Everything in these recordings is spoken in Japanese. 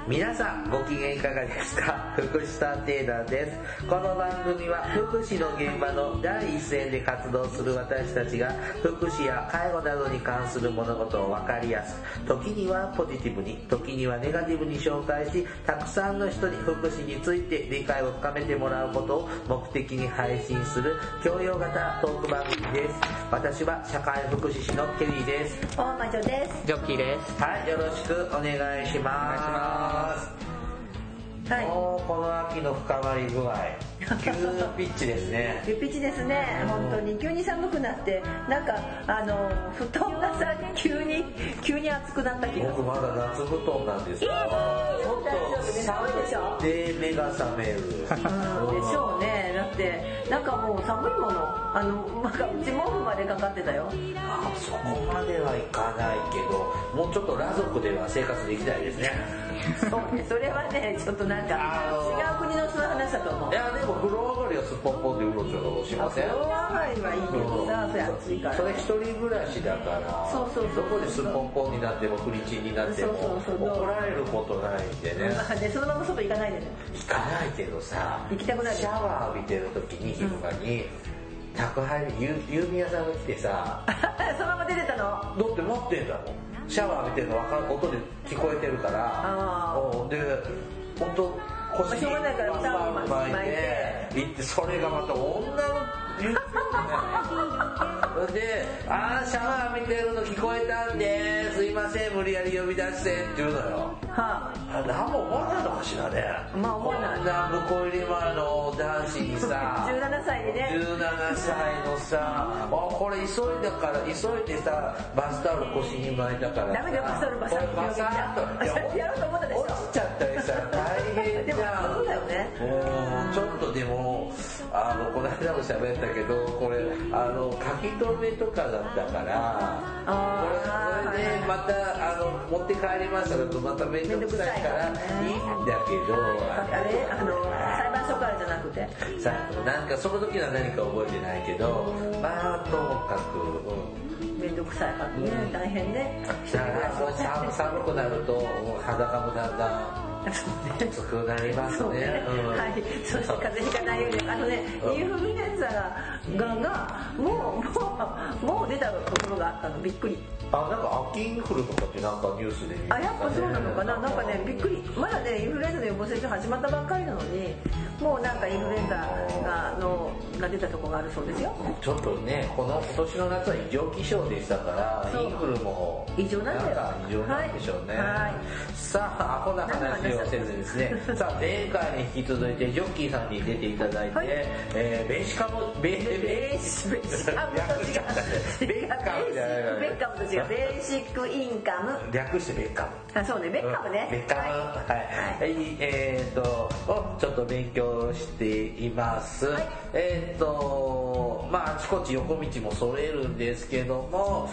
皆さんご機嫌いかがですか？福祉探偵団です。この番組は福祉の現場の第一線で活動する私たちが福祉や介護などに関する物事を分かりやすく、時にはポジティブに、時にはネガティブに紹介し、たくさんの人に福祉について理解を深めてもらうことを目的に配信する教養型トーク番組です。私は社会福祉士のケリーです。 大魔女です。 ジョッキーです。 はい、よろしくお願いします。 はい、 もうこの秋の深まり具合、急ピッチですね。 急ピッチですね。本当に急に寒くなって、なんか布団がさ急に暑くなった気が。 僕まだ夏布団なんですよ。ちょっと寒いで目が覚める。 でしょうね。だってなんかもう寒いもの、うち毛布までかかってたよ。 そこまではいかないけど、もうちょっと裸族では生活できないですね。 そうね、それはねちょっとなんか違う国の人の話だと思う。 いやでも風呂上がりはすっぽんぽんでうろちょろしません？ 風呂上がりはいいけどさ、それ暑いから、ね、 それ一人暮らしだから、 そうどこですっぽんぽんになってもフリチンになっても怒られることないんでね。 でそのまま外行かないでね。 行かないけどさ、 行きたくない。 シャワー浴びてる時に昼間に、宅配郵便屋さんが来てさそのまま出てたの？ だって待ってんだもん。シャワー浴びてるの音で聞こえてるから、で本当腰にバンバン巻いて行って、それがまた女の言ってるね。で、シャワー浴びてるの聞こえたんで、すいません無理やり呼び出してって言うのよ。何も思わないのかしらね。 まあ思わない。 こんな向こう入り前の男子にさ 17歳でね、 17歳のさ、これ急いでさバスタオル腰に巻いたからさ、 ダメだよバスタオルバサッとやろうと思ったでしょ。 落ちちゃったりしたら大変じゃん。 でもそうだよね。 ちょっとでもこの間も喋ったけど、これ書き留めとかだったから、これでまた持って帰りましたけどまた面倒くさいからいいんだけど、 裁判所からじゃなくてさ、なんかその時は何か覚えてないけど、まあともかく面倒くさいからね、大変ね。 だから寒くなると裸もだんだん暑くなりますね。 はい、そして風邪ひかないように、インフルエンザがもう出たところがあったの、びっくり。 なんか秋インフルとかってなんかニュースで見ましたね。 やっぱそうなのかな。なんかねびっくり。まだねインフルエンザの予防接種始まったばっかりなのに、もうなんかインフルエンザが出たところがあるそうですよ。 ちょっとね、今年の夏は異常気象でしたから、インフルも異常なんだよ。 異常なんでしょうね。はい、さあアホな話をせずですね。さあ前回に引き続いてジョッキーさんに出ていただいて、ベーシカムベーシックインカム、 略してベッカム。 そうね、ベッカムね。 ベッカム、をちょっと勉強しています。あちこち横道も揃えるんですけども、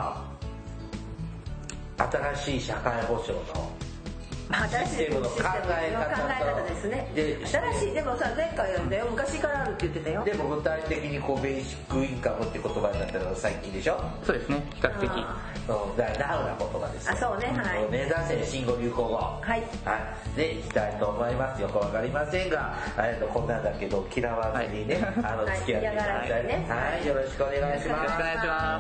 新しい社会保障のシステムの考え方ですね。新しい、でもさ前回やったよ、昔からあるって言ってたよ。 でも具体的にベーシックインカムって言葉になったのが最近でしょ。 そうですね、比較的ナウな言葉ですよ。 そうね、はい。 目指せ新語・流行語。はいでいきたいと思います。よくわかりませんが、こんなんだけど嫌わずにね、付き合っていただきたいね。はい、よろしくお願いします。 よろしくお願いします。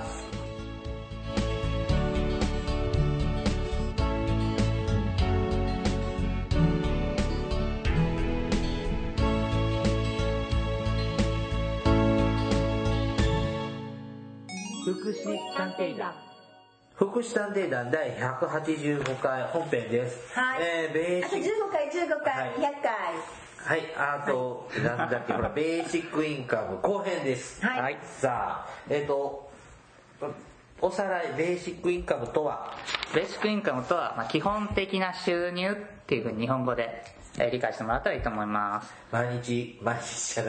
福祉探偵団。 福祉探偵団第185回本編です。 はい。あと15回、100回。 はい、なんだっけ、ほら、ベーシックインカム後編です。はい。さあ、おさらい、ベーシックインカムとは？ ベーシックインカムとは、基本的な収入っていうふうに日本語で理解してもらったらいいと思います。 毎日ね、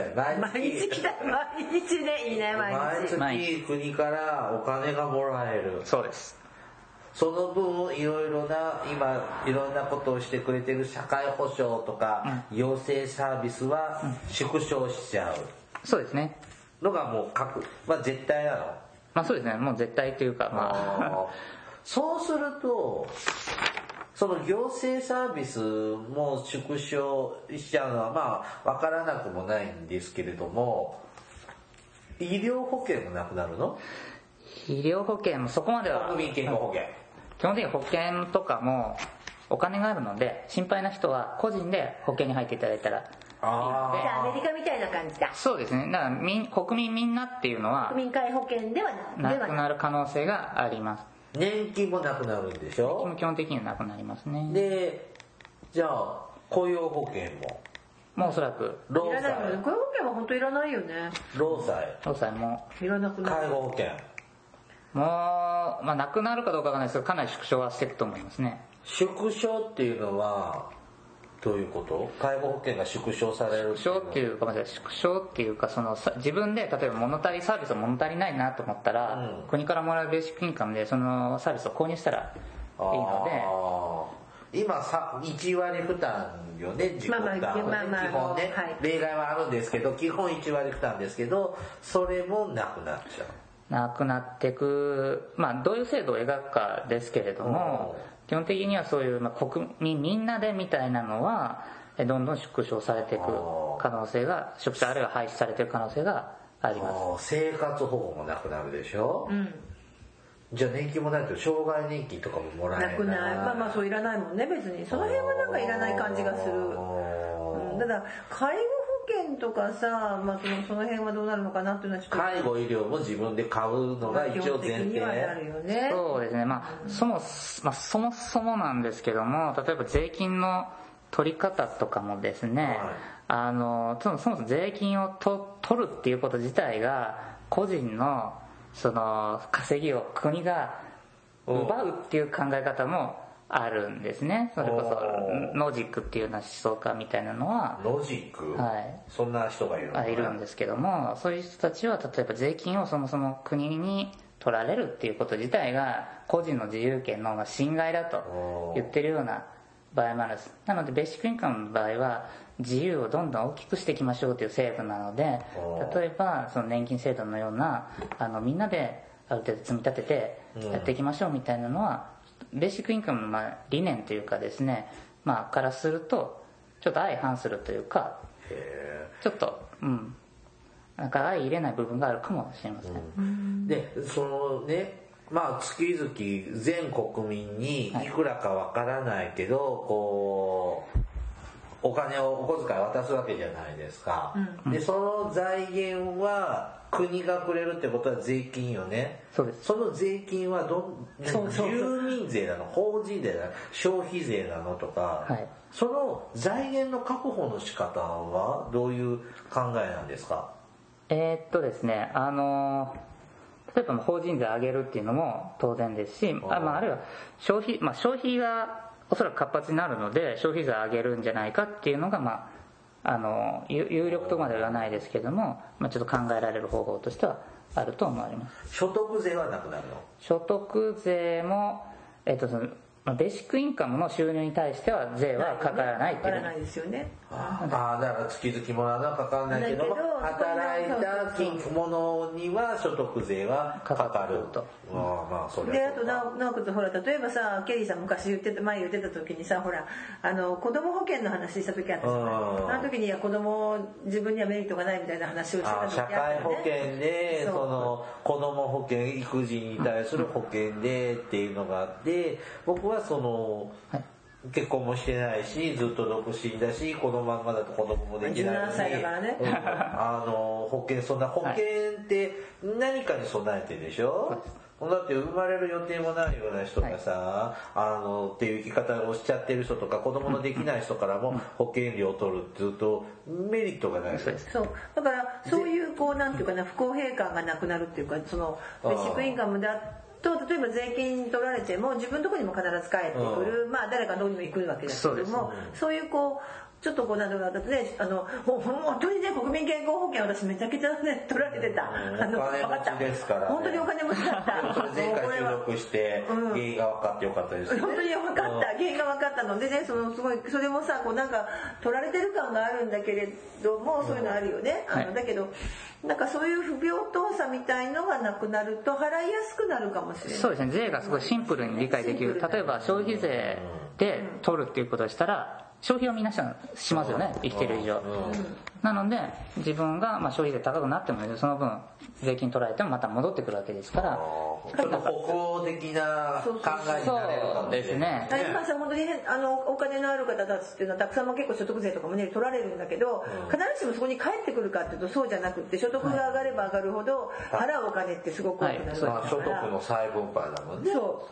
いいね、毎日国からお金がもらえる。 そうです。 その分いろんなことをしてくれてる社会保障とか、行政サービスは縮小しちゃう。 そうですね。 のがもう絶対なの。 そうですね、もう絶対というかそうするとその行政サービスも縮小しちゃうのはまあ分からなくもないんですけれども、医療保険もなくなるの？ 医療保険もそこまでは、 国民健康保険、 基本的に保険とかもお金があるので、心配な人は個人で保険に入っていただいたらいいので。 じゃあアメリカみたいな感じだ。 そうですね。だから国民みんなっていうのは国民皆保険ではなくなる可能性があります。 年金もなくなるんでしょ？ 基本的にはなくなりますね。 で、じゃあ雇用保険ももうおそらく労いらないもんね。 災、 雇用保険は本当いらないよね。 労災、 労災もいらなくなる。 介護保険、 もう、まあ、なくなるかどうかわかんないですけど、かなり縮小はしていくと思いますね。 縮小っていうのはどういうこと？介護保険が縮小される縮小っていうか、縮小っていうか、自分で例えば物足りサービスを物足りないなと思ったら、国からもらうベーシックインカムでそのサービスを購入したらいいので、今1割負担よね、自己負担、基本ね、例外はあるんですけど、基本1割負担ですけど、それもなくなっちゃう。 なくなっていく、まあどういう制度を描くかですけれども、基本的にはそういう、国民みんなでみたいなのはどんどん縮小されていく可能性が、縮小あるいは廃止されていく可能性があります。 生活保護もなくなるでしょ、じゃあ年金もないと障害年金とかももらえない。 なくない。まあそういらないもんね、別に。その辺はなんかいらない感じがする。ただ介護保険とかさ、その辺はどうなるのかなっていうのはちょっと。 介護医療も自分で買うのが一応前提。 そうですね。そもそもなんですけども、例えば税金の取り方とかもですね、そもそも税金を取るっていうこと自体が個人のその稼ぎを国が奪うっていう考え方もあるんですね。それこそロジックっていうような思想家みたいなのは、 ロジック、そんな人がいるのかな。 いるんですけども、そういう人たちは例えば税金をそもそも国に取られるっていうこと自体が個人の自由権の侵害だと言ってるような場合もあるんです。なのでベーシックインカムの場合は自由をどんどん大きくしていきましょうという制度なので、例えばその年金制度のようなみんなである程度積み立ててやっていきましょうみたいなのは、ベーシックインカムの理念というかですね、からするとちょっと相反するというか、ちょっとなんか相入れない部分があるかもしれません。 でそのね、月々全国民にいくらかわからないけど、こうお金をお小遣い渡すわけじゃないですか、でその財源は国がくれるってことは税金よね。 そうです。 その税金は住民税なの、法人税なの、消費税なのとか、その財源の確保の仕方はどういう考えなんですか？ ですね、例えば法人税上げるっていうのも当然ですし、あるいは消費がおそらく活発になるので消費税上げるんじゃないかっていうのが有力とまでは言わないですけども、ちょっと考えられる方法としてはあると思われます。 所得税はなくなるの？ 所得税もベーシックインカムの収入に対しては税はかからないっていう。 かからないですよね。 だから月々もらうのはかからないけども、働いたものには所得税はかかると。 で、あとなおかつほら、例えばさ、ケリーさん前言ってた時にさ、ほら子供保険の話した時あったじゃない。あの時に子供自分にはメリットがないみたいな話をしてた時あったよね。 社会保険でその子供保険、育児に対する保険でっていうのがあって、僕は結婚もしてないしずっと独身だし、このまんまだと子供もできないし、 17歳だからね、 そんな保険って何かに備えてるでしょ。だって生まれる予定もないような人がさ、っていう生き方をしちゃってる人とか、子供のできない人からも保険料を取るってずっとメリットがない。 そうだからそういうなんていうかな、不公平感がなくなるっていうか、そのベーシックインカムだと例えば税金取られても自分のところにも必ず返ってくる、誰かどうにも行くわけですけども、そういうちょっとこうなんとかだとねもう本当にね国民健康保険私めちゃくちゃね取られてた。 お金持ちですからね。 本当にお金持ちだった。 それ前回収録して原因が分かってよかったですね。 本当に分かった、原因が分かったのでね、すごいそれもさこうなんか取られてる感があるんだけれども、そういうのあるよね。だけどなんかそういう不平等さみたいのがなくなると払いやすくなるかもしれない。 そうですね、税がすごいシンプルに理解できる。例えば消費税で取るっていうことをしたら消費を皆さんしますよね、生きてる以上。なので自分が消費税高くなってもね、その分税金取られてもまた戻ってくるわけですから、 ちょっと北欧的な考えになれるかもですね。 今さ本当にお金のある方たちっていうのはたくさん結構所得税とかもね取られるんだけど、必ずしもそこに返ってくるかっていうとそうじゃなくて、所得が上がれば上がるほど払うお金ってすごく多くなるわけだから、 所得の再分配だもんね。 そう、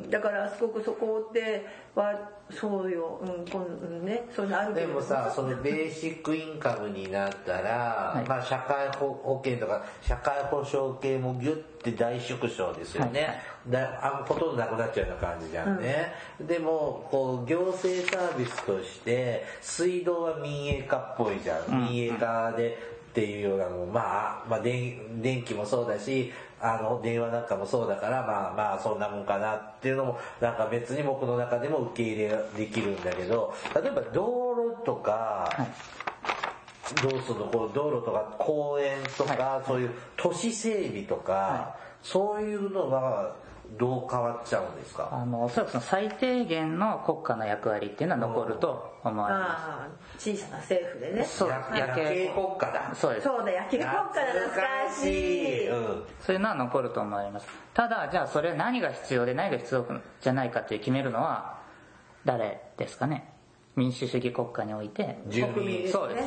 だからすごくそこではそうよ、そういうのあるけど。 でもさ、そのベーシックインカムになったら、社会保険とか社会保障系もギュッて大縮小ですよね。ほとんどなくなっちゃうような感じじゃんね。でもこう行政サービスとして水道は民営化っぽいじゃん。民営化でっていうようなのも電気もそうだし、電話なんかもそうだからまあそんなもんかなっていうのもなんか別に僕の中でも受け入れできるんだけど、例えば道路とか、どうするの、こう道路とか公園とか、そういう都市整備とか、そういうのがどう変わっちゃうんですか？ おそらくその最低限の国家の役割っていうのは残ると思われます。 小さな政府でね。 そう、 夜景国家だ。 そうです。 そうだ、夜景国家だ、懐かしい。 そういうのは残ると思います。ただ、じゃあそれ何が必要で何が必要じゃないかって決めるのは誰ですかね。民主主義国家において住民ですね。 そうです、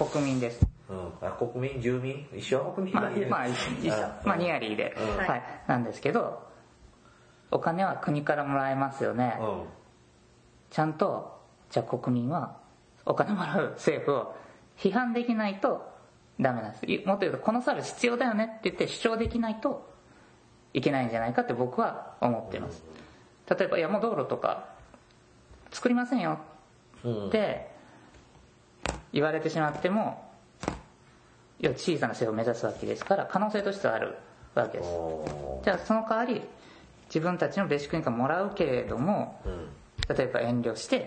国民です。 国民、住民一緒？ 一緒。ニアリーで、なんですけど、お金は国からもらえますよね。ちゃんとじゃあ国民はお金もらう政府を批判できないとダメなんです。もっと言うとこのサービス必要だよねって言って主張できないといけないんじゃないかって僕は思っています。例えばいやもう道路とか作りませんよって言われてしまっても、いや小さな政府を目指すわけですから可能性としてはあるわけです。じゃあその代わり自分たちのベーシックインカムもらうけれども、例えば遠慮して、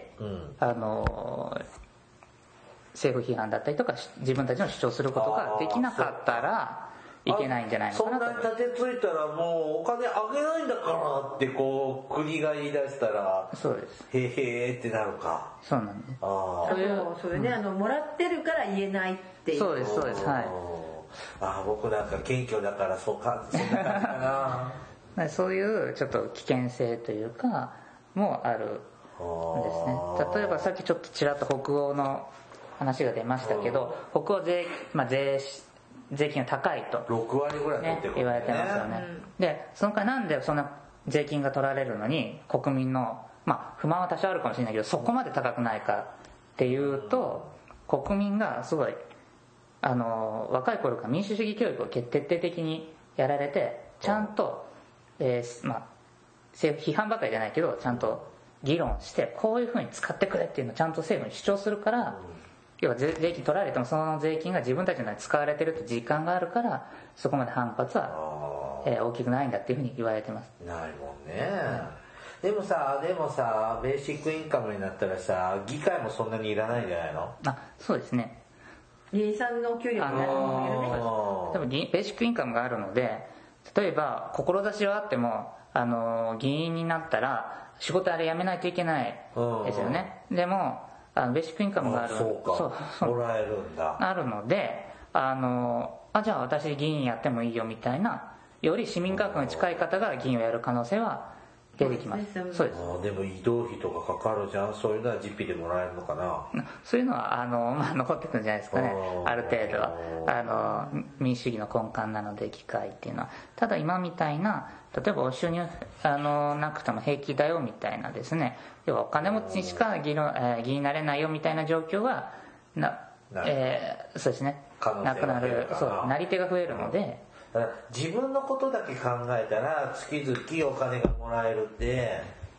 政府批判だったりとか自分たちの主張することができなかったらいけないんじゃないのかなと。 そんなに立てついたらもうお金あげないんだからってこう国が言い出したら、 そうです。 へーってなるか。 そうなんです。 それね、もらってるから言えないっていう。 そうですそうです。はい。 僕なんか謙虚だからそんな感じかな。 そういうちょっと危険性というかもあるんですね。例えばさっきちょっとちらっと北欧の話が出ましたけど、北欧税金が高いと、 6割ぐらい取ってくる、 言われてますよね。でその代わりなんでそんな税金が取られるのに国民の不満は多少あるかもしれないけどそこまで高くないかっていうと、国民がすごい若い頃から民主主義教育を徹底的にやられてちゃんと政府批判ばかりじゃないけどちゃんと議論してこういうふうに使ってくれっていうのをちゃんと政府に主張するから、要は税金取られてもその税金が自分たちのに使われてるって実感があるからそこまで反発は大きくないんだっていうふうに言われてます。 ないもんね。でもさベーシックインカムになったらさ議会もそんなにいらないんじゃないの？ そうですね。 議員さんの給料が多分ベーシックインカムがあるので、例えば志はあっても議員になったら仕事辞めないといけないですよね。でもベーシックインカムがあるもらえるんだ。 あるのでじゃあ私議員やってもいいよみたいな、より市民学校に近い方が議員をやる可能性は出てきます。そうです。 でも移動費とかかかるじゃん。そういうのは実費でもらえるのかな。 そういうのは残ってくるんじゃないですかね。ある程度は民主主義の根幹なので議会っていうのは。ただ今みたいな例えばお収入なくても平気だよみたいなですね、要はお金持ちにしか議員になれないよみたいな状況はそうですね、なくなる、なり手が増えるので、 だから自分のことだけ考えたら月々お金がもらえるって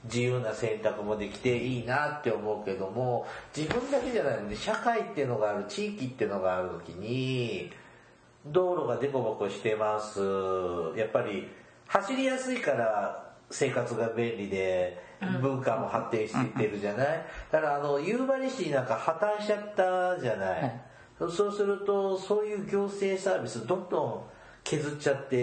自由な選択もできていいなって思うけども、自分だけじゃないので社会っていうのがある、地域っていうのがある時に道路がデコボコしてます。やっぱり走りやすいから生活が便利で文化も発展していってるじゃない。だから夕張市なんか破綻しちゃったじゃない、そうするとそういう行政サービスどんどん削っちゃって、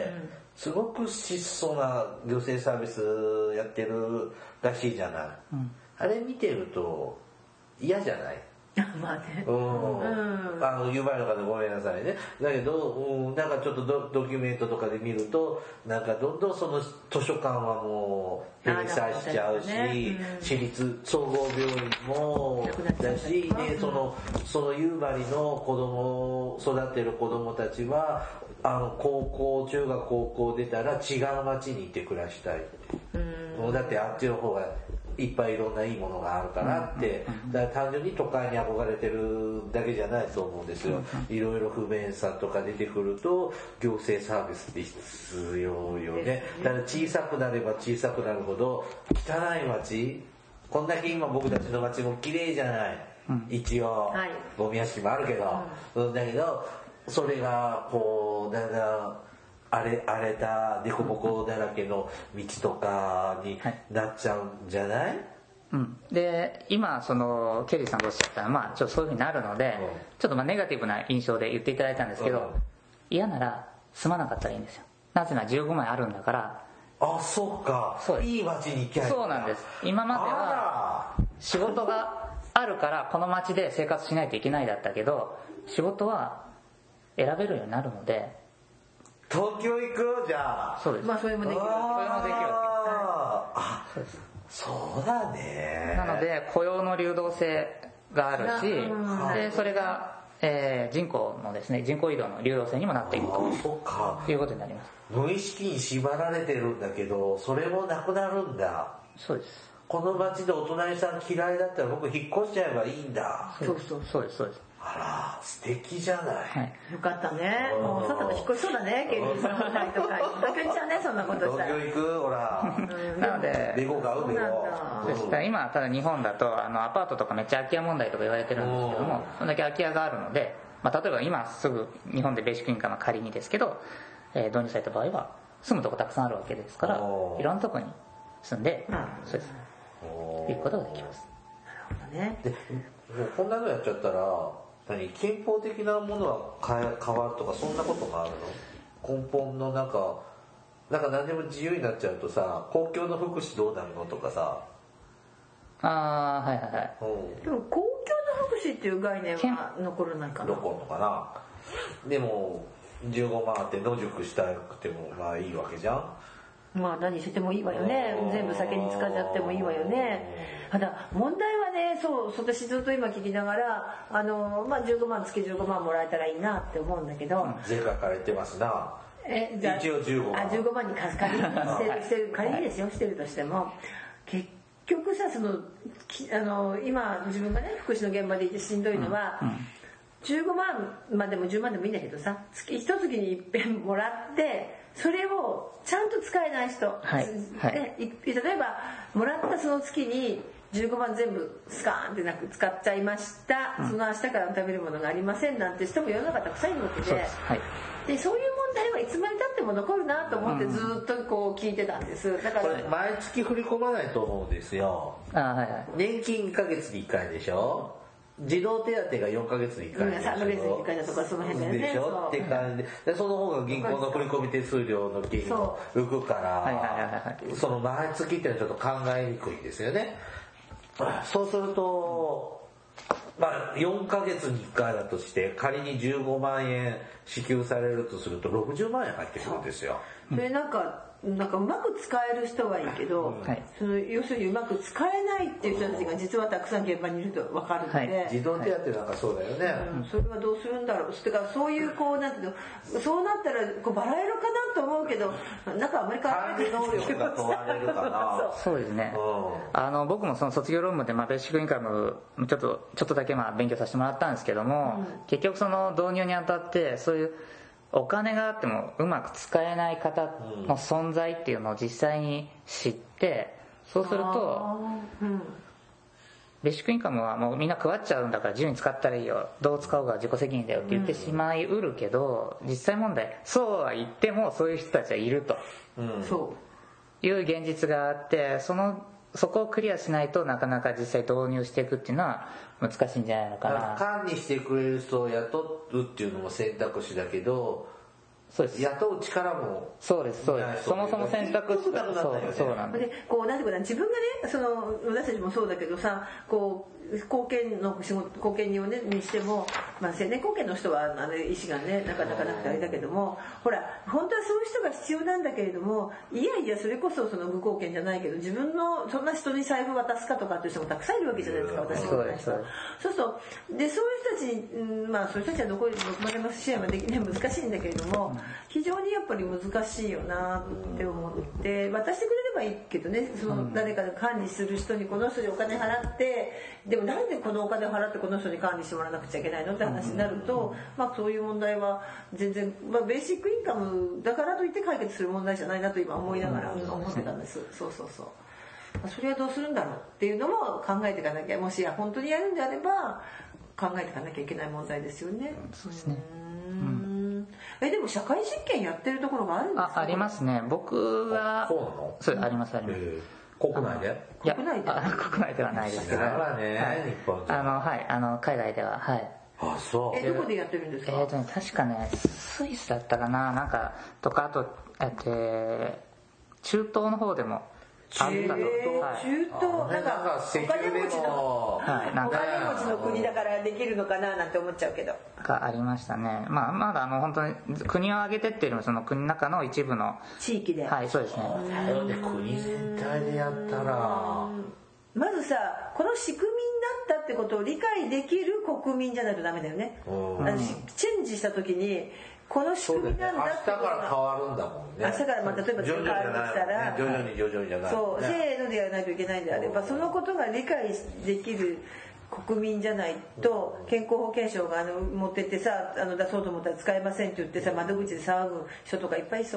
すごく質素な行政サービスやってるらしいじゃない、あれ見てると嫌じゃない？ まあね。 夕張の方ごめんなさいね。だけど、なんかちょっとドキュメントとかで見ると、なんかどんどんその図書館はもう閉鎖しちゃうし、私立総合病院もだし、ね、その夕張の子供、育ってる子供たちは、中学高校出たら違う町に行って暮らしたいって。だってあっちの方がいっぱいいろんないいものがあるからって、だから単純に都会に憧れてるだけじゃないと思うんですよ。いろいろ不便さとか出てくると行政サービスって必要よね。だから小さくなれば小さくなるほど汚い街、こんだけ今僕たちの街も綺麗じゃない、一応、ゴミ屋敷もあるけど、だけどそれがこうだんだん荒れたデコボコだらけの道とかになっちゃうんじゃない？ で今ケリーさんがおっしゃった、ちょっとそういう風になるので、ちょっとネガティブな印象で言っていただいたんですけど、嫌なら住まなかったらいいんですよ。なぜなら15枚あるんだから。 あ、そうか。いい街に行きゃいい。 そうなんです。今までは仕事があるからこの街で生活しないといけないだったけど、仕事は選べるようになるので。 東京行く？じゃあそうです。 それもできる。それもできるわけです。 そうだね。 なので雇用の流動性があるし、でそれが、人口のですね、人口移動の流動性にもなっているということになります。 無意識に縛られてるんだけど、それもなくなるんだ。 そうです。 この街でお隣さん嫌いだったら僕引っ越しちゃえばいいんだ。 そうです。 あら、素敵じゃない。 よかったね。もうさっさと引っ越しそうだね、ケリーさんとか。東京行っちゃうね、そんなことしたら。 東京行く？ほら。 なので、 ベゴ買うベゴ。 今、ただ日本だと、アパートとかめっちゃ空き家問題とか言われてるんですけども、そんだけ空き家があるので、例えば今すぐ日本でベーシックインカム仮にですけど、導入された場合は、住むとこたくさんあるわけですから、いろんなとこに住んで、そうです。いうことができます。 なるほどね。 で、もうこんなのやっちゃったら、憲法的なものは変わるとかそんなことがあるの？根本のなんか何でも自由になっちゃうとさ、公共の福祉どうなるのとかさ。 はい。 でも公共の福祉っていう概念は残らないかな。 残るのかな。でも15万あって野宿したくてもまあいいわけじゃん。 何しててもいいわよね。全部酒に使っちゃってもいいわよね。ただ問題はね、私ずっと今聞きながら15万月15万もらえたらいいなって思うんだけど、 税がかれてますな。一応15万。 15万に仮にですよ、してるとしても結局さ、今自分がね福祉の現場でいてしんどいのは、15万でも10万でもいいんだけどさ、一月に一遍もらってそれをちゃんと使えない人、例えばもらったその月に15万全部スカーンってなく使っちゃいました、その明日から食べるものがありませんなんて人も世の中たくさんいるわけで、そういう問題はいつまでたっても残るなと思ってずっとこう聞いてたんです。だからこれ毎月振り込まないと思うんですよ。年金1ヶ月に1回でしょ。児童手当が4ヶ月に1回でしょ。 3ヶ月に1回だとかその辺だよね。 でしょって感じで、その方が銀行の振込手数料の金も浮くから、その毎月ってのはちょっと考えにくいんですよね。そうすると4ヶ月に1回だとして仮に15万円支給されるとすると60万円入ってくるんですよ。 でなんかうまく使える人はいいけど、要するにうまく使えないっていう人たちが実はたくさん現場にいると分かるので、 児童手当なんかそうだよね、 それはどうするんだろう。だからそういうなんていうの、そうなったらバラ色かなと思うけど、なんかあんまり管理能力が問われるかな。 そうですね。僕もその卒業論文でベーシックインカムちょっとだけ勉強させてもらったんですけども、結局その導入にあたってそういうお金があってもうまく使えない方の存在っていうのを実際に知って、 そうすると、ベーシックインカムはもうみんな配っちゃうんだから自由に使ったらいいよ、どう使おうが自己責任だよって言ってしまいうるけど、実際問題そうは言ってもそういう人たちはいると、いう現実があって、そこをクリアしないとなかなか実際導入していくっていうのは難しいんじゃないのかな。 管理してくれる人を雇うっていうのも選択肢だけど、 そうです、 雇う力もそうです、そもそも選択肢がそうなんで、こうなんていうかな、自分がね、私たちもそうだけどさ、こう貢献の仕事、貢献人をねにしても、まあ青年貢献の人は意思がねなかなかなくてあれだけども、ほら本当はそういう人が必要なんだけれども、いやそれこそ無貢献じゃないけど、自分のそんな人に財布渡すかとかっていう人もたくさんいるわけじゃないですか、私もね。そうそうで、そういう人たちに、まあそういう人たちはどこまでも支援はできない、難しいんだけれども、非常にやっぱり難しいよなって思って、渡してくれればいいけどね、誰かが管理する人にこの人にお金払って、でもなんでこのお金を払ってこの人に管理してもらわなくちゃいけないのって話になると、まあそういう問題は全然、まあ、ベーシックインカムだからといって解決する問題じゃないなと今思いながら思ってたんです。そうそれはどうするんだろうっていうのも考えていかなきゃ、もし本当にやるんであれば考えていかなきゃいけない問題ですよね。 そうですね。 でも社会実験やってるところがあるんですか？ ありますね。僕はそうなの？ そう、あります。 国内で？ 国内ではないですけど、 だからね、日本海外では、はい。 あ、そう。 どこでやってるんですか？ 確かね、スイスだったかな、なんかとか、あと中東の方でもあったと。 中東、なんかお金持ちの国だからできるのかななんて思っちゃうけど。 がありましたね。まあまだ本当に国を挙げてっていうよりもその国の中の一部の地域で。 はい、そうですね。 で国全体でやったら。 まずさ、この仕組みになったってことを理解できる国民じゃないとダメだよね。チェンジした時にこの仕組みなんだって、 明日から変わるんだもんね。 明日から、まあ、例えば変わってきたら徐々にじゃない、 そう、せーのでやらないといけないんであれば、そのことが理解できる国民じゃないと、健康保険証が持ってってさ、出そうと思ったら使えませんって言ってさ、窓口で騒ぐ人とかいっぱいいそう。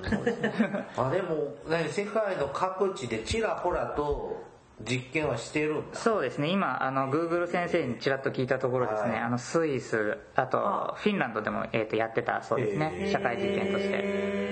でも世界の各地でちらほらと実験はしてるんだ。 そうですね。今Google 先生にちらっと聞いたところですね、スイス、あとフィンランドでもやってたそうですね、社会実験として。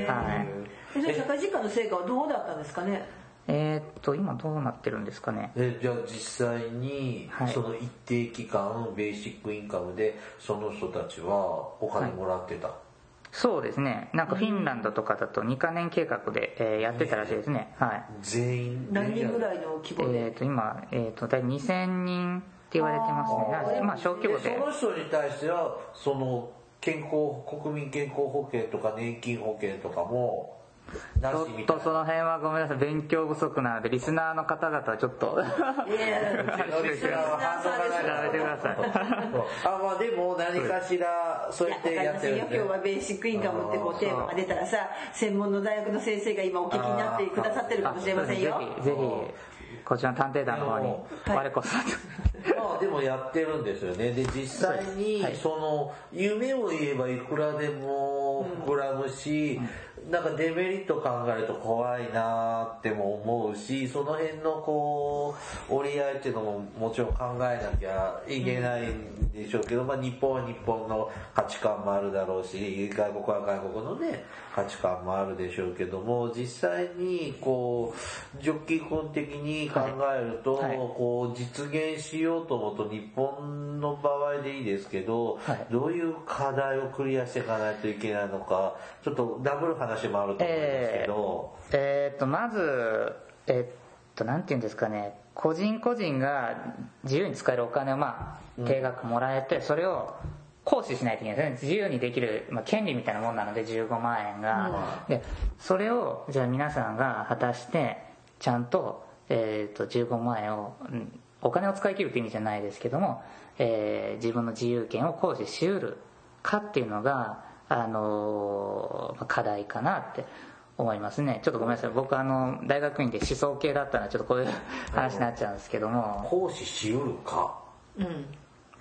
社会実験の成果はどうだったんですかね？ 今どうなってるんですかね。 じゃあ実際にその一定期間ベーシックインカムでその人たちはお金もらってた。 そうですね。なんかフィンランドとかだと2カ年計画でやってたらしいですね。はい。 全員何人ぐらいの規模で？ 今大体2000人って言われてますね。まあ小規模で。 その人に対してはその国民健康保険とか年金保険とかもちょっとその辺はごめんなさい、勉強不足なのでリスナーの方々はちょっとリスナーはハードルがやめてください。 まあでも何かしらそうやってやってるんで、 今日はベーシックインカムってテーマが出たらさ、専門の大学の先生が今お聞きになってくださってるかもしれませんよ。 ぜひこちらの探偵団の方に我こそまあでもやってるんですよね。で実際にその夢を言えばいくらでも膨らむし、なんかデメリット考えると怖いなっても思うし、その辺の折り合いっていうのももちろん考えなきゃいけないんでしょうけど、まあ日本は日本の価値観もあるだろうし、外国は外国のね価値観もあるでしょうけども、実際にジョッキー君的に考えると、実現しようと思うと日本の場合でいいですけど、どういう課題をクリアしていかないといけないのか、ちょっとダブる話もあると思いますけど、 まずなんていうんですかね、個人個人が自由に使えるお金を定額もらえて、それを行使しないといけないですね。自由にできる、権利みたいなもんなので15万円が、でそれをじゃあ皆さんが果たしてちゃんと、15万円を、お金を使い切るって意味じゃないですけども、自分の自由権を行使しうるかっていうのが課題かなって思いますね。ちょっとごめんなさい、僕大学院で思想系だったのでちょっとこういう話になっちゃうんですけども、 行使しうるか、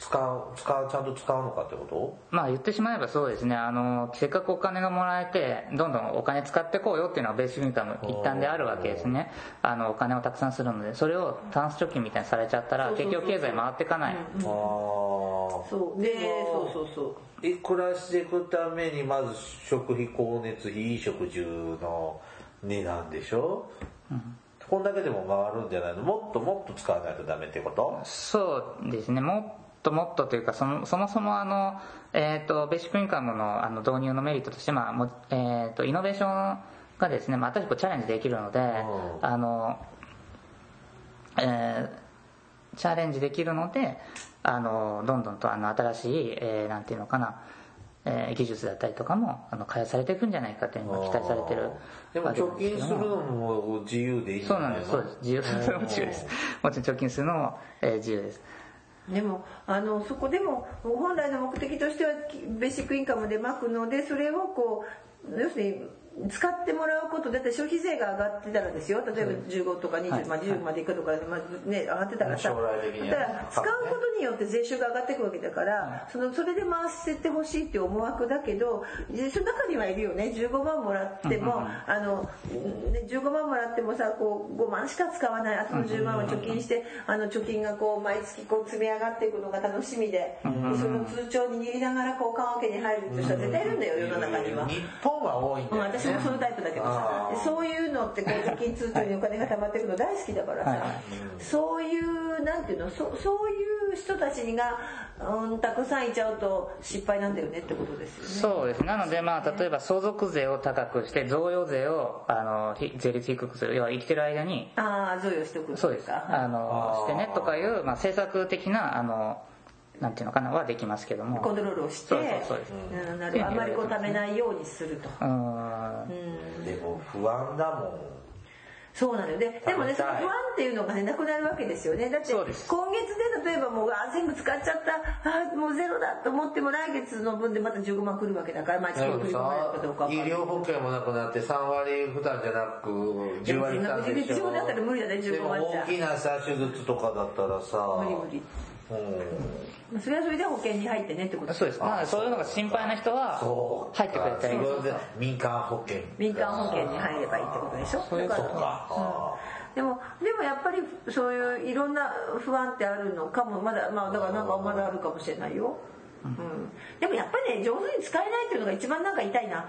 ちゃんと使うのかってこと？ まあ言ってしまえばそうですね。せっかくお金がもらえてどんどんお金使ってこうよっていうのがベーシックインカム一旦であるわけですね。お金をたくさんするので、それをタンス貯金みたいにされちゃったら結局経済回っていかない。 そうで、そう暮らしていくためにまず食費、光熱費、衣食住の値段でしょ、こんだけでも回るんじゃないの？もっともっと使わないとダメってこと？ そうですね。もっとというかそもそもベーシックインカムの導入のメリットとして、イノベーションがですね、新しくチャレンジできるので、チャレンジできるので、どんどんと新しい、なんていうのかな、技術だったりとかも開発されていくんじゃないかというのが期待されてる。 でも貯金するのも自由でいいんじゃないの？ そうなんです。自由、それも自由です。もちろん貯金するのも、自由です。 でもそこでも本来の目的としてはベーシックインカムでまくので、それをこう要するに使ってもらうことだって消費税が上がってたらですよ、例えば15とか20、10までいくとか、上がってたらさ、だから使うことによって税収が上がっていくわけだから、それで回せてほしいっていう思惑だけど、その中にはいるよね。15万もらっても15万もらってもさ、こう5万しか使わない、あとの10万を貯金して、貯金がこう毎月こう積み上がっていくのが楽しみで、その通帳に握りながらこう緩和家に入るって人は絶対いるんだよ、世の中には。 日本は多いんだよね。 私もそのタイプだけどさ、そういうのってこう貯金通帳にお金が貯まっていくの大好きだからさ、そういうなんていうの、そういう人たちがたくさんいちゃうと失敗なんだよねってことですよね。 そうです。なので例えば相続税を高くして贈与税を税率低くする、要は生きてる間に贈与しておく。 そうです。してねとかいう、政策的ななんていうのかなはできますけども、 コントロールをして、あんまりこう貯めないようにすると。 でも不安だもん。 そうなのよ。でもね、その不安っていうのがねなくなるわけですよね。だって今月で例えばもう全部使っちゃった、もうゼロだと思っても来月の分でまた15万来るわけだから、毎月送り込まれるかどうか。 医療保険もなくなって3割負担じゃなく10割負担でしょ。 自分だったら無理だね、15万じゃ。 でも大きなさ手術とかだったらさ、 無理。それはそれで保険に入ってねってこと。 そうです。なのでそういうのが心配な人は入ってくれたらいい。 民間保険に入ればいいってことでしょ。そうか。でもやっぱりそういういろんな不安ってあるのかも。まだだからなんかまだあるかもしれないよ。でもやっぱりね、上手に使えないっていうのが一番なんか痛いな。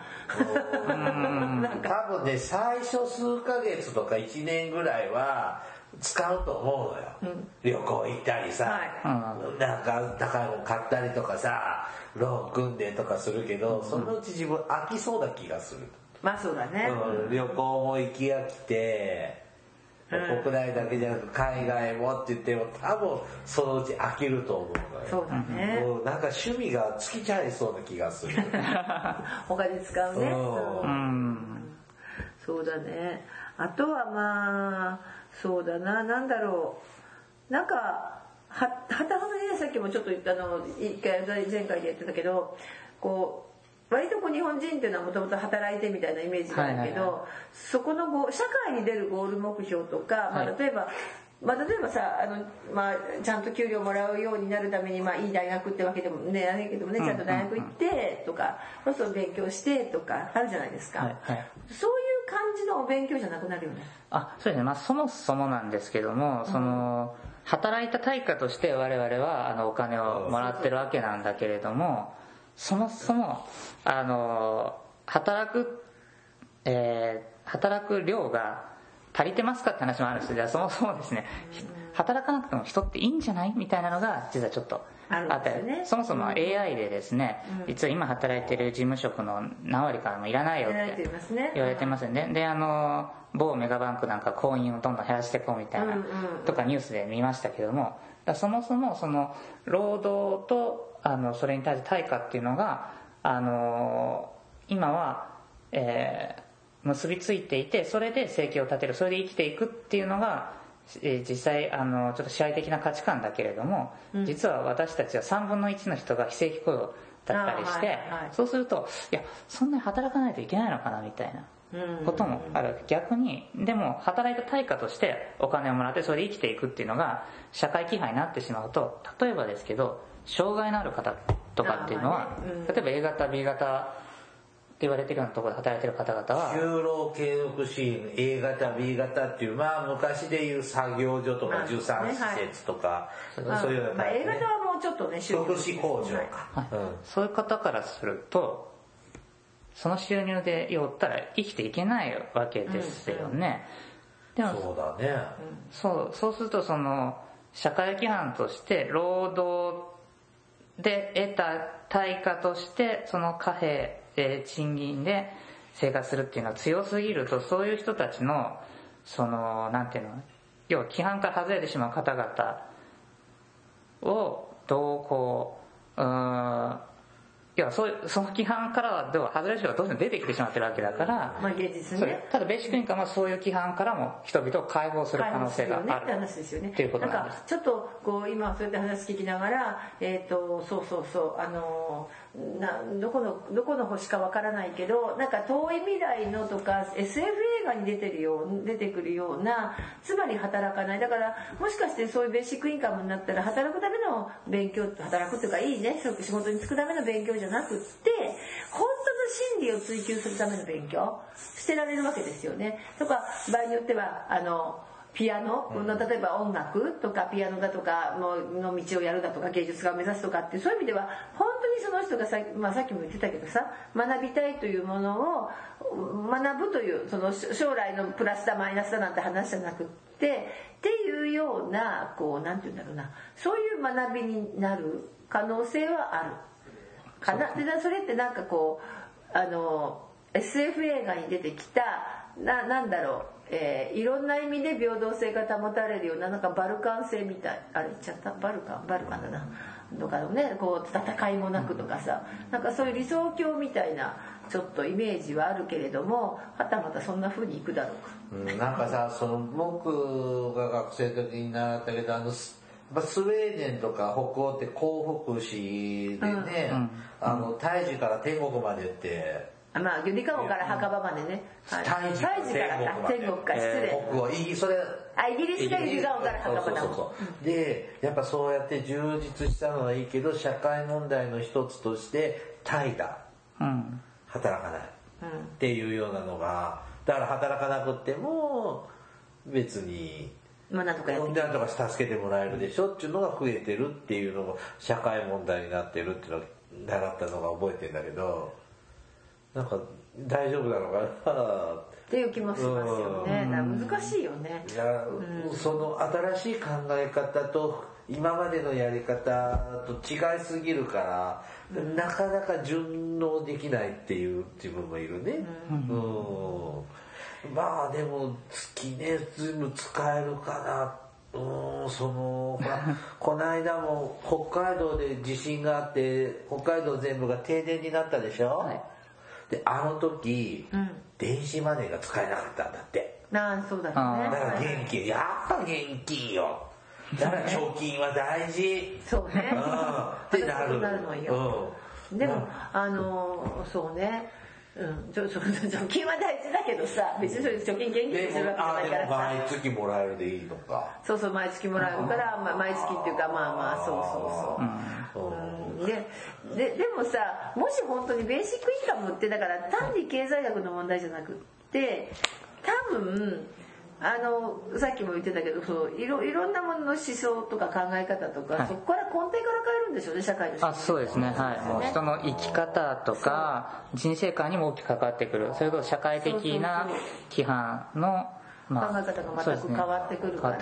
多分ね、最初数ヶ月とか1年ぐらいは使うと思うのよ、旅行行ったりさ、なんか高いもん買ったりとかさ、ローン組んでとかするけど、そのうち自分飽きそうな気がする。 そうだね、 旅行も行き飽きて、国内だけじゃなく海外もって言っても多分そのうち飽きると思うのよ。 そうだね、 なんか趣味が尽きちゃいそうな気がする。 他で使うね。そうだね。あとはそうだな、なんだろう、なんかはたほどね、さっきもちょっと一回前回で言ってたけど、こう割とこう日本人っていうのはもともと働いてみたいなイメージがあるけど、そこの社会に出るゴール目標とか、例えばさ、ちゃんと給料もらうようになるために、いい大学ってわけでもねあれけどもね、ちゃんと大学行ってとか、そうすると勉強してとかあるじゃないですか。そういう感じのお勉強じゃなくなるよね。 そうですね。そもそもなんですけども、働いた対価として我々はお金をもらってるわけなんだけれども、そもそも働く量が足りてますかって話もあるんです。じゃあそもそもですね、働かなくても人っていいんじゃないみたいなのが実はちょっとあって、そもそも AI でですね、実は今働いてる事務職の何割かもいらないよって言われてますね。で某メガバンクなんか行員をどんどん減らしていこうみたいなとかニュースで見ましたけども、そもそもその労働とそれに対して対価っていうのが今は、結びついていて、それで生計を立てる、それで生きていくっていうのが実際ちょっと支配的な価値観だけれども、実は私たちは3分の1の人が非正規雇用だったりして、そうするとそんなに働かないといけないのかなみたいなこともある。逆にでも働いた対価としてお金をもらってそれで生きていくっていうのが社会規範になってしまうと、例えばですけど障害のある方とかっていうのは、例えば A 型 B 型って言われてるようなところで働いてる方々は就労継続支援 A 型 B 型っていう、まあ昔でいう作業所とか受産施設とか、そういうような、 A 型はもうちょっとね、 福祉工場か、 そういう方からするとその収入でよったら生きていけないわけですよね。でもそうだね、 そうするとその社会規範として労働で得た対価としてその貨幣、賃金で生活するっていうのは強すぎると、そういう人たちのそのなんていうの、要は規範から外れてしまう方々をどうこういやその規範からは外れる人がどうしても出てきてしまってるわけだから、 まあ現実ね。 ただベーシックインカムはそういう規範からも人々を解放する可能性があるって話ですよね。 っていうことなんです。 なんかちょっとこう今そうやって話聞きながら、どこの星かわからないけど、なんか遠い未来のとか SF 映画に出てくるような、つまり働かない。だからもしかしてそういうベーシックインカムになったら働くための勉強、働くというかいいね、仕事に就くための勉強じゃなくって、本当の真理を追求するための勉強してられるわけですよね。とか場合によってはピアノ、例えば音楽とかピアノだとかの道をやるだとか芸術家を目指すとかっていう、そういう意味では本当にその人がさっきも言ってたけどさ、学びたいというものを学ぶという、その将来のプラスだマイナスだなんて話じゃなくってっていうような、こうなんていうんだろうな、そういう学びになる可能性はあるかな。でそれってなんかこうSF 映画に出てきたなんだろう、いろんな意味で平等性が保たれるような、なんかバルカン性みたい、あれ言っちゃった、バルカンだなとかのね、こう戦いもなくとかさ、なんかそういう理想郷みたいなちょっとイメージはあるけれども、はたまたそんな風にいくだろうか。 なんかさ、僕が学生の時に習ったけど、スウェーデンとか北欧って幸福史でね、胎児から天国までって、 まあゆりかごから墓場までね、 胎児から天国か、失礼、 北欧、それイギリスがゆりかごから墓場だもん。 でやっぱそうやって充実したのはいいけど、社会問題の一つとして怠惰、働かない、っていうようなのが、だから働かなくっても別になんとか助けてもらえるでしょっていうのが増えてるっていうのが社会問題になってるっていうのを習ったのが覚えてるんだけど、なんか大丈夫なのかなっていう気もしますよね。難しいよね。 いや、その新しい考え方と今までのやり方と違いすぎるから、なかなか順応できないっていう自分もいるね。まあでも月ね、全部使えるかな。ほらこの間も北海道で地震があって、北海道全部が停電になったでしょ、であの時、電子マネーが使えなかったんだって。 そうだね。 だからやっぱ現金よ。だから貯金は大事。 そうね。 ってなるのよ。 でもそうね。貯金は大事だけどさ、別にそれ貯金現金にするわけじゃないからさ。 毎月もらえるでいいのか。 そう、毎月もらえるから、毎月っていうか、そうでもさ、もし本当にベーシックインカムって、だから単に経済学の問題じゃなくって、多分さっきも言ってたけど、いろんなものの思想とか考え方とか、そこから根底から変えるんでしょうね、社会の。 そうですね、もう人の生き方とか人生観にも大きく関わってくる。それこそ社会的な規範の考え方が全く変わってくるから、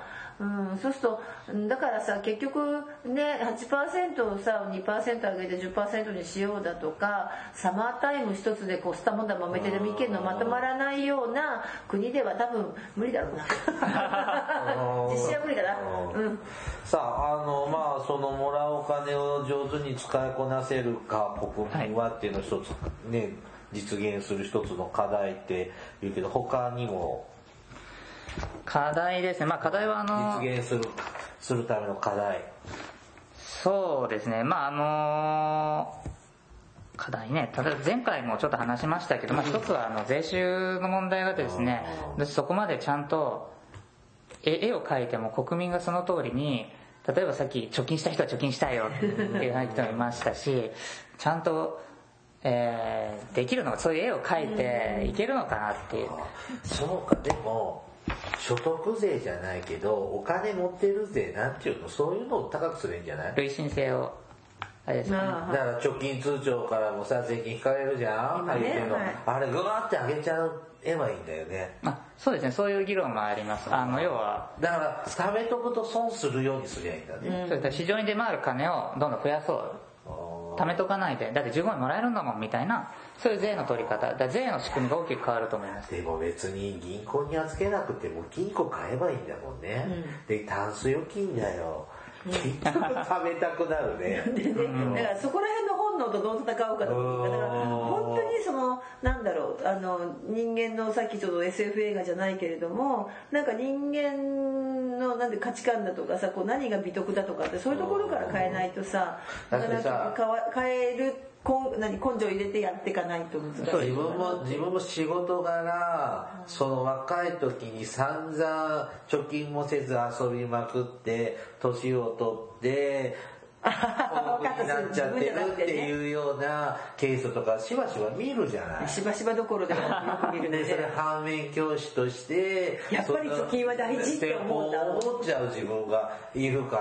そうするとだからさ、結局ね 8% をさ 2% 上げて 10% にしようだとか、サマータイム一つでこうスタもんだまめてでも意見のまとまらないような国では多分無理だろうな実施は無理だな。 さあそのもらうお金を上手に使いこなせるか国民はっていうのを一つね、実現する一つの課題って言うけど、他にも課題ですね。課題は実現するための課題。 そうですね。課題ね。例えば前回もちょっと話しましたけど、一つは税収の問題がですね、そこまでちゃんと絵を描いても国民がその通りに、 例えばさっき貯金した人は貯金したいよっていう人もいましたし、ちゃんと、できるのか、そういう絵を描いていけるのかなっていう。 そうか、でも所得税じゃないけどお金持ってる税なんていうの、そういうのを高くするんじゃない？ 累進性をあれですね。だから貯金通帳からもさ税金引かれるじゃん、入ってんの、あれグワーって上げちゃえばいいんだよね。 そうですね、そういう議論もあります。要はだから貯めとくと損するようにすりゃいいんだね。 そういった市場に出回る金をどんどん増やそう、貯めとかないで、だって15万もらえるんだもんみたいな、そういう税の取り方、税の仕組みが大きく変わると思います。 でも別に銀行に預けなくても金庫買えばいいんだもんね、でタンス預金だよ、結局貯めたくなるねだからそこら辺の本能とどう戦うかとか、だから本当にそのなんだろう、人間のさっきちょっと SF 映画じゃないけれども、なんか人間のなんで価値観だとかさ、こう何が美徳だとかってそういうところから変えないとさ、なかなか変える根性入れてやっていかないと難しい。 自分も仕事柄、その若い時に散々貯金もせず遊びまくって年を取ってこの国になっちゃってるっていうようなケースとかしばしば見るじゃない。 しばしばどころでもよく見るね。 でそれ反面教師としてやっぱり貯金は大事って思っちゃう自分がいるから、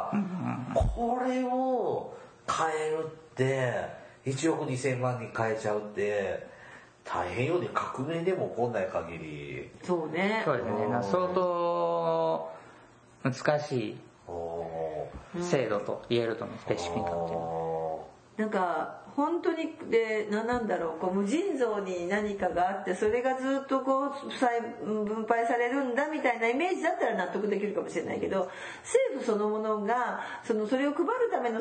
これを変えるって1億2000万に変えちゃうって大変よね。革命でも起こんない限り。 そうね。 そうですね。相当難しい制度と言えると思います。ペシフィカっていうのは。 なんか本当になんだろう、こう無尽蔵に何かがあってそれがずっとこう分配されるんだみたいなイメージだったら納得できるかもしれないけど、政府そのものがそれを配るための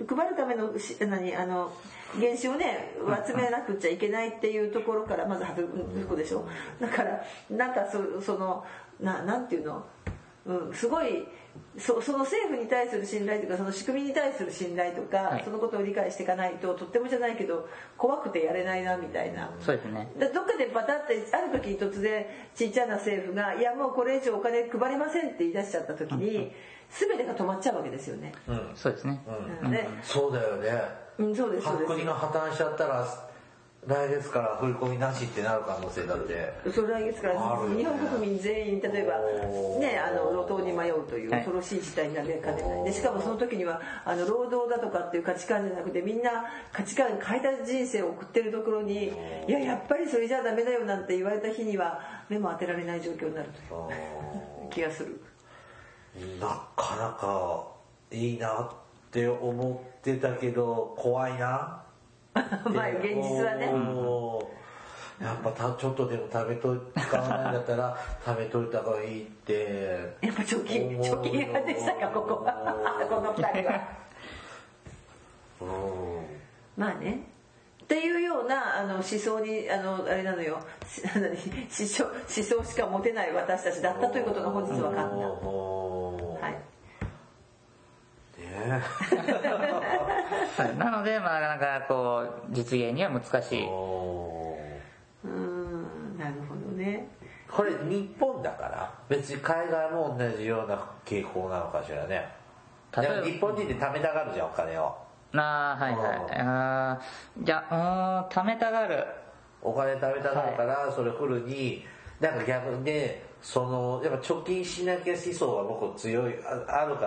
原資をね集めなくちゃいけないっていうところからまず省くでしょ。だからなんかなんていうの、すごいその政府に対する信頼とかその仕組みに対する信頼とか、そのことを理解していかないととってもじゃないけど怖くてやれないなみたいな。 そうですね。 どっかでバタってある時に突然ちっちゃな政府がいやもうこれ以上お金配れませんって言い出しちゃった時に全てが止まっちゃうわけですよね。 そうですね。 そうだよね。 そうです。 国が破綻しちゃったら来月から振り込みなしってなる可能性だって。 それ来月から日本国民全員例えばね路頭に迷うという恐ろしい事態になりかねない。でしかもその時には労働だとかっていう価値観じゃなくてみんな価値観変えた人生を送ってるところにやっぱりそれじゃダメだよなんて言われた日には目も当てられない状況になるという気がする。 なかなかいいなって思ってたけど怖いな。 まあ現実はね。 やっぱちょっとでも使わないんだったら貯めといた方がいいってやっぱ貯金派でしたかここの2人は。まあねっていうような思想にあれなのよ思想しか持てない私たちだったということが本日分かった。はいなのでなかなかこう実現には難しい。 なるほどね。 これ日本だから別に海外も同じような傾向なのかしらね。でも日本人って貯めたがるじゃんお金を。 はいはい。じゃあ貯めたがるお金貯めたがるから、それフルになんか逆でやっぱ貯金しなきゃ思想が僕強いあるから、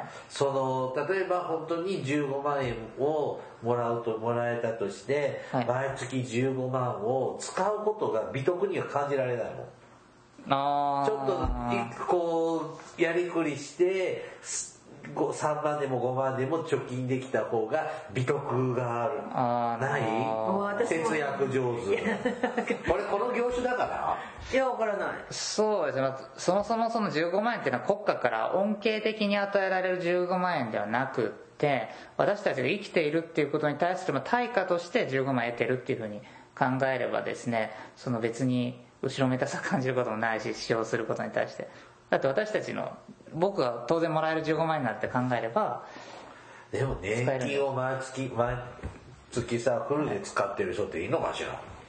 例えば本当に15万円をもらえたとして、毎月15万を使うことが美徳には感じられないもん。ちょっとこうやりくりして3万でも5万でも貯金できた方が美徳がある。ない節約上手。俺この業種だからいや分からない。 そうですね。そもそもその15万円っていうのは国家から恩恵的に与えられる15万円ではなくって私たちが生きているっていうことに対する対価として15万円得てるっていうふうに考えればですね、別に後ろめたさ感じることもないし使用することに対してだって私たちの僕が当然もらえる15万円なんて考えれば。 でも年金を毎月さフルで使ってる人っていいのかしら。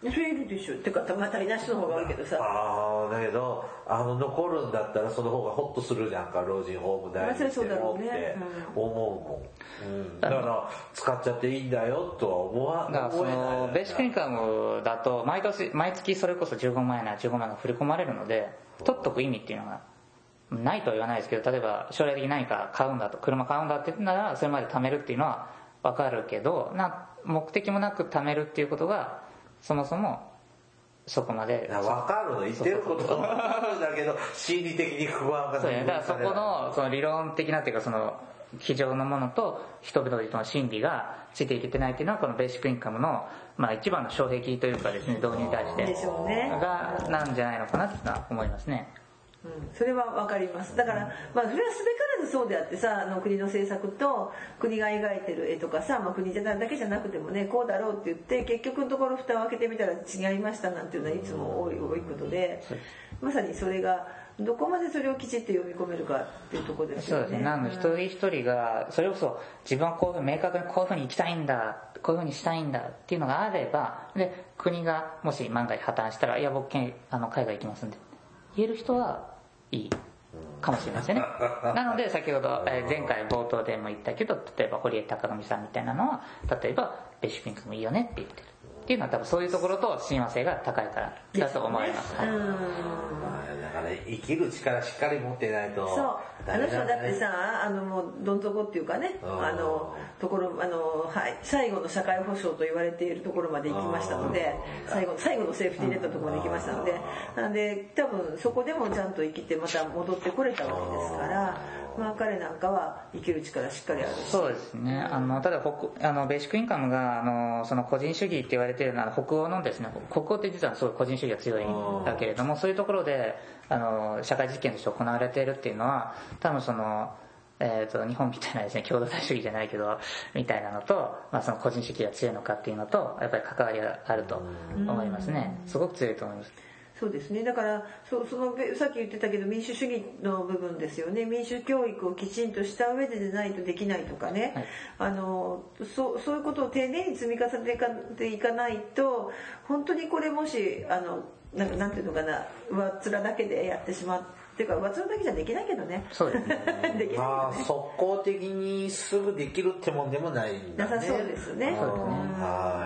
それいるでしょ。ってかまあ足りない人の方が多いけどさ。 だけど残るんだったらその方がホッとするじゃんか、老人ホーム代にしてもって思うもん、だから使っちゃっていいんだよとは思わない。 だからそのベーシックインカムだと毎月それこそ15万円なら15万円が振り込まれるので、取っとく意味っていうのがないとは言わないですけど、例えば将来的に何か買うんだと、車買うんだって言ったらそれまで貯めるっていうのは分かるけど、目的もなく貯めるっていうことがそもそもそこまで分かるの、言ってることは分かるんだけど心理的に不安がそうだからそこのその理論的なっていうか、その机上のものと人々の心理がついていけてないっていうのは、このベーシックインカムの一番の障壁というかですね、導入に対してがなんじゃないのかなって思いますね。 それは分かります。だから、それはすべからずそうであってさ、国の政策と国が描いてる絵とかさ、国じゃだけじゃなくてもね、こうだろうって言って結局のところ蓋を開けてみたら違いましたなんていうのはいつも多いことで、まさにそれがどこまでそれをきちっと読み込めるかっていうところですよね。 そうですね。一人一人がそれこそ自分はこういうふうに明確にこういうふうに行きたいんだ、こういうふうにしたいんだっていうのがあれば、で国がもし万が一破綻したら、いや僕海外行きますんで言える人はいいかもしれませんね。なので先ほど前回冒頭でも言ったけど、例えば堀江貴文さんみたいなのは例えばベーシックインカムいいよねって言ってるっていうのは、多分そういうところと親和性が高いからだと思います。 だから生きる力しっかり持ってないと。 そう、あの人だってさ、もうどん底っていうかね、ところ最後の社会保障と言われているところまで行きましたので、最後のセーフティーネットのところまで行きましたので、なんで多分そこでもちゃんと生きてまた戻ってこれたわけですから、彼なんかは生きる力しっかりあるし。 そうですね。ただベーシックインカムがその個人主義って言われているのは北欧のですね、北欧って実はすごい個人主義が強いんだけれども、そういうところで社会実験として行われているっていうのは、多分その日本みたいなですね、共同体主義じゃないけどみたいなのと、その個人主義が強いのかっていうのとやっぱり関わりがあると思いますね。すごく強いと思います。 そうですね。だからさっき言ってたけど民主主義の部分ですよね。民主教育をきちんとした上でないとできないとかね、はい、そういうことを丁寧に積み重ねていかないと、本当にこれもしなんていうのかな、上っ面だけでやってしまっていうか、上っ面だけじゃできないけどね。 そうですね。 できないけどね。 速攻的にすぐできるってもんでもないんだね。 なさそうですね。 はい。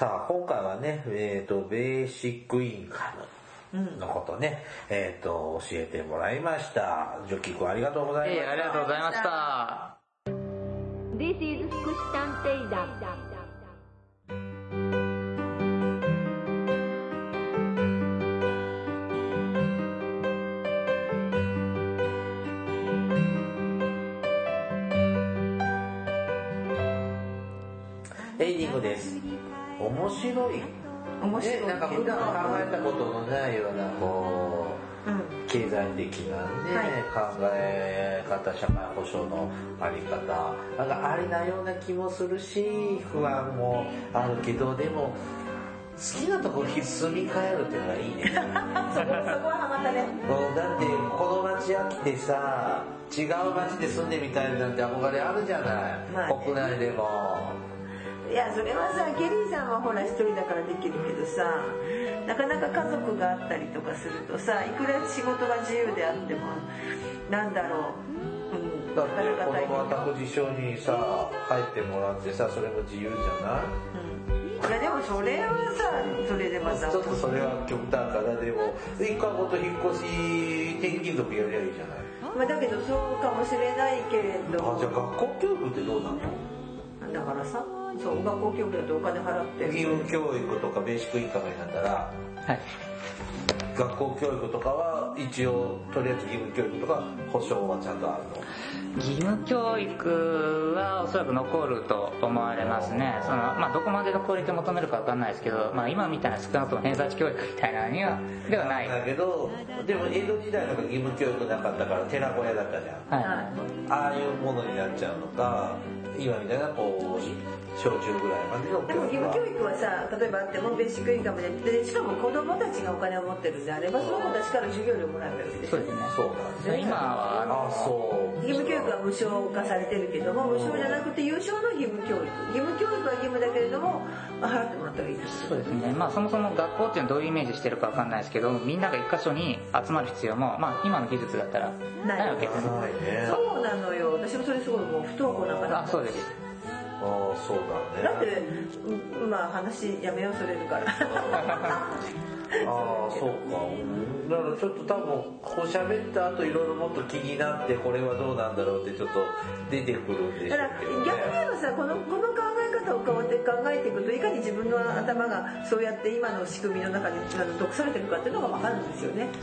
さあ今回はね、ベーシックインカムのことね、教えてもらいました。ジョッキー君ありがとうございました。 ありがとうございました。 This is 福祉探偵団。 エンディングです。面白い。なんか普段考えたことのないような経済的なね、考え方、社会保障のあり方、なんかありなような気もするし、不安もあるけど、でも好きなとこ住み替えるっていうのがいいね。 そこはハマったね。 だってこの街飽きてさ、違う街で住んでみたいなんて憧れあるじゃない、国内でも。 いや、それはさ、ケリーさんはほら一人だからできるけどさ、なかなか家族があったりとかするとさ、いくら仕事が自由であっても、なんだろう、 だって子供は託児所にさ帰ってもらってさ、それも自由じゃない、 いやでもそれはさ、それでまたちょっとそれは極端から、でも一家ごと引っ越し転勤族やりゃいいじゃない。 だけどそうかもしれないけれど。 じゃあ学校教育ってどうなの？ だからさ、そう学校教育だとお金払って義務教育とかベーシックインカムになったら、 はい、 学校教育とかは一応とりあえず義務教育とか保証はちゃんとあるの？ 義務教育はおそらく残ると思われますね。どこまでのクオリティを求めるか分かんないですけど、今みたいな少なくとも偏差値教育みたいなにはではない。 だけど、でも江戸時代とか義務教育なかったから寺子屋だったじゃん。 はい、 ああいうものになっちゃうのか、今みたいな小中ぐらいまでのでも義務教育はさ、例えばあってもベーシックインカムで、しかも子供たちがお金を持ってるるんであれば、その私から授業料もらえばいいわけですよね。 そうなんですね。 今はそう義務教育は無償化されてるけども、無償じゃなくて有償の義務教育、義務教育は義務だけれども払ってもらったらいいです。 そうですね。そもそも学校っていうのはどういうイメージしてるかわかんないですけど、みんなが一箇所に集まる必要も、今の技術だったらないわけですよね。 そうなのよ。私もそれすごいもう不登校なんかだった。 そうです。 そうだね。 だって話やめよう、それるからそうか。だからちょっと多分こう喋った後いろいろもっと気になって、これはどうなんだろうってちょっと出てくるんでしょうけどね。 だから逆に言えばさ、この考え方を考えていくと、いかに自分の頭がそうやって今の仕組みの中に毒されてるかっていうのが分かるんですよね。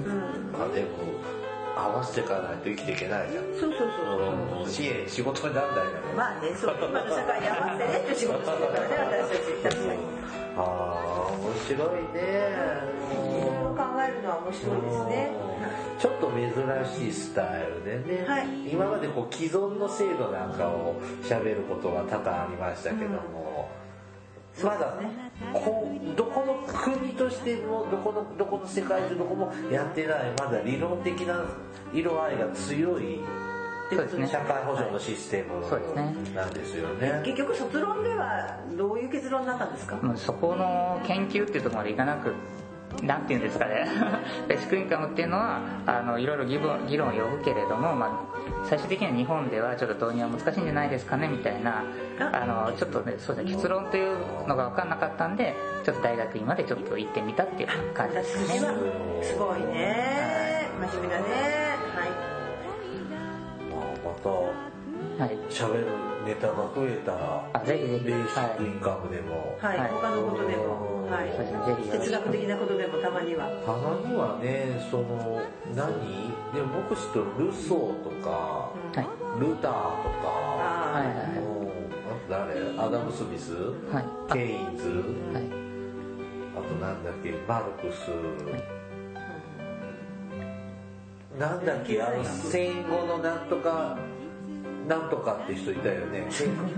合わせていかないと生きていけないじゃん。 そう仕事になんないからね、そう今の社会に合わせてねって仕事してるからね、私たち。確かに面白いね。 いろいろ考えるのは面白いですね。 ちょっと珍しいスタイルでね、今まで既存の制度なんかを喋ることが多々ありましたけども、まだどこの国としてもどこの世界中どこもやってない、まだ理論的な色合いが強い社会保障のシステムなんですよね。 結局卒論ではどういう結論になったんですか？ そこの研究っていうところまでいかなく、なんていうんですかねベーシックインカムっていうのはいろいろ議論を呼ぶけれども、最終的には日本ではちょっと導入は難しいんじゃないですかねみたいな、ちょっとね、そうですね、結論というのが分かんなかったんで、ちょっと大学院までちょっと行ってみたっていう感じですね。 すごいね、真面目だね。 また喋るネタが増えたら、 ぜひぜひベーシックインカムでも、 他のことでも、哲学的なことでもたまにはね、でも僕知ってるルソーとか、ルターとか、アダム・スミス、ケインズ、あとなんだっけ、マルクス、なんだっけ、戦後のなんとかって人いたよね。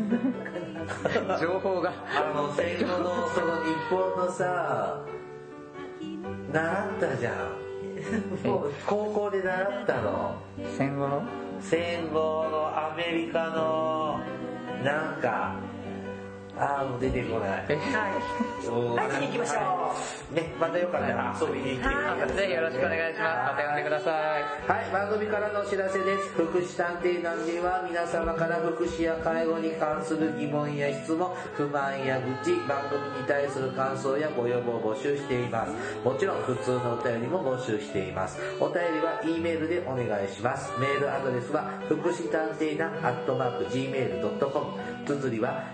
情報が戦後のその日本のさ、習ったじゃん。高校で習ったの。 戦後のアメリカのなんか、もう出てこない。 次行きましょう。ね、またよかったら遊びに行ってください。 ぜひよろしくお願いします。また呼んでください。 番組からのお知らせです。福祉探偵団では皆様から福祉や介護に関する疑問や質問、不満や愚痴、番組に対する感想やご要望を募集しています。もちろん普通のお便りも募集しています。お便りは E メールでお願いします。メールアドレスは福祉探偵団@gmail.com、綴りは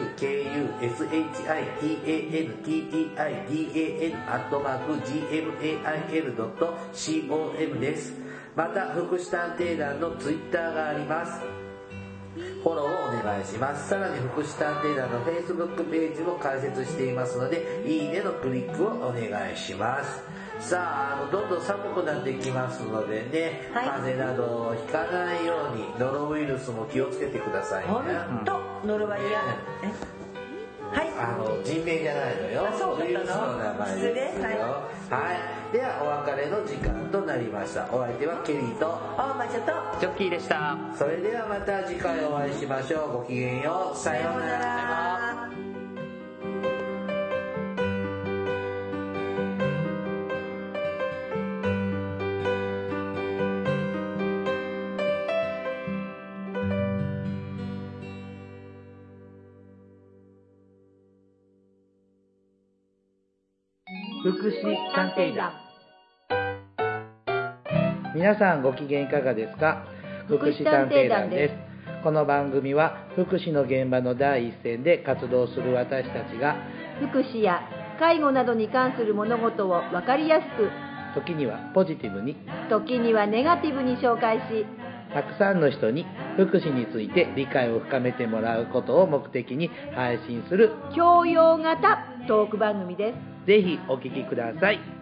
fukushitanteidan@gmail.com です。また福祉探偵団のツイッターがあります。フォローをお願いします。さらに福祉探偵団の Facebook ページも開設していますので、いいねのクリックをお願いします。さあ、どんどん寒くなってきますのでね、風邪などをひかないように、ノロウイルスも気をつけてくださいね。 ほんと、ノロワイヤ人名じゃないのよ。ウイルスの名前ですよ。ではお別れの時間となりました。お相手はケリーとマチャとジョッキーでした。 それではまた次回お会いしましょう。ごきげんよう。さようなら。 福祉探偵団。皆さんご機嫌いかがですか？福祉探偵団です。この番組は福祉の現場の第一線で活動する私たちが、 福祉や介護などに関する物事を分かりやすく、 時にはポジティブに、 時にはネガティブに紹介し、 たくさんの人に福祉について理解を深めてもらうことを目的に配信する教養型トーク番組です。 ぜひお聞きください。